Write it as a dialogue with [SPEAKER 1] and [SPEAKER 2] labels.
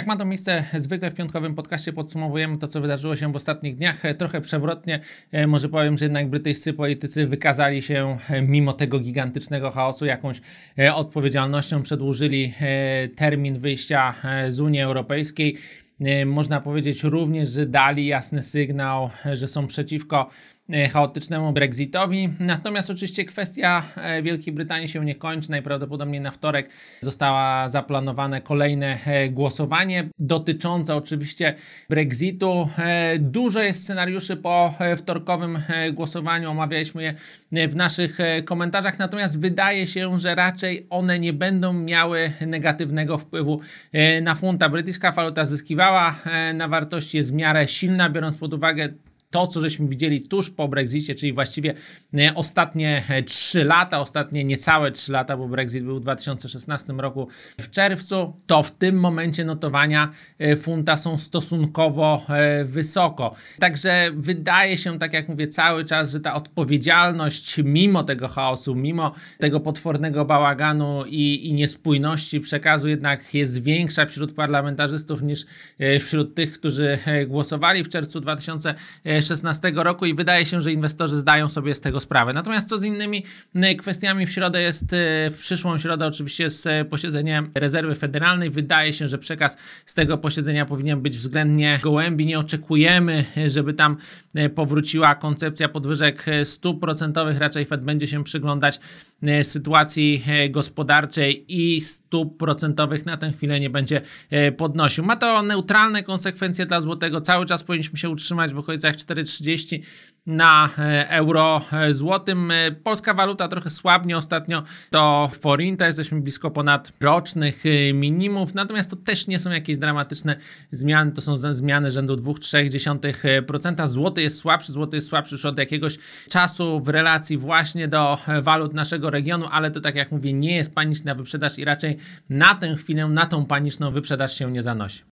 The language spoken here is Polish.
[SPEAKER 1] ma to miejsce zwykle w piątkowym podcaście, podsumowujemy to, co wydarzyło się w ostatnich dniach. Trochę przewrotnie, może powiem, że jednak brytyjscy politycy wykazali się mimo tego gigantycznego chaosu jakąś odpowiedzialnością, przedłużyli termin wyjścia z Unii Europejskiej. Można powiedzieć również, że dali jasny sygnał, że są przeciwko chaotycznemu Brexitowi. Natomiast oczywiście kwestia Wielkiej Brytanii się nie kończy. Najprawdopodobniej na wtorek zostało zaplanowane kolejne głosowanie dotyczące oczywiście Brexitu. Dużo jest scenariuszy po wtorkowym głosowaniu. Omawialiśmy je w naszych komentarzach. Natomiast wydaje się, że raczej one nie będą miały negatywnego wpływu na funta. Brytyjska waluta zyskiwała na wartości, jest w miarę silna, biorąc pod uwagę to, co żeśmy widzieli tuż po Brexicie, czyli właściwie ostatnie 3 lata, ostatnie niecałe 3 lata, bo Brexit był w 2016 roku w czerwcu, to w tym momencie notowania funta są stosunkowo wysoko. Także wydaje się, tak jak mówię cały czas, że ta odpowiedzialność mimo tego chaosu, mimo tego potwornego bałaganu i niespójności przekazu jednak jest większa wśród parlamentarzystów niż wśród tych, którzy głosowali w czerwcu 2016 roku i wydaje się, że inwestorzy zdają sobie z tego sprawę. Natomiast co z innymi kwestiami w środę jest, w przyszłą środę oczywiście jest posiedzenie Rezerwy Federalnej. Wydaje się, że przekaz z tego posiedzenia powinien być względnie gołębi. Nie oczekujemy, żeby tam powróciła koncepcja podwyżek stóp procentowych. Raczej Fed będzie się przyglądać sytuacji gospodarczej i stóp procentowych na tę chwilę nie będzie podnosił. Ma to neutralne konsekwencje dla złotego. Cały czas powinniśmy się utrzymać w okolicach 4,30 na euro złotym. Polska waluta trochę słabnie ostatnio to forinta, jesteśmy blisko ponad rocznych minimów, natomiast to też nie są jakieś dramatyczne zmiany, to są zmiany rzędu 2,3%. Złoty jest słabszy już od jakiegoś czasu w relacji właśnie do walut naszego regionu, ale to tak jak mówię nie jest paniczna wyprzedaż i raczej na tę chwilę, na tą paniczną wyprzedaż się nie zanosi.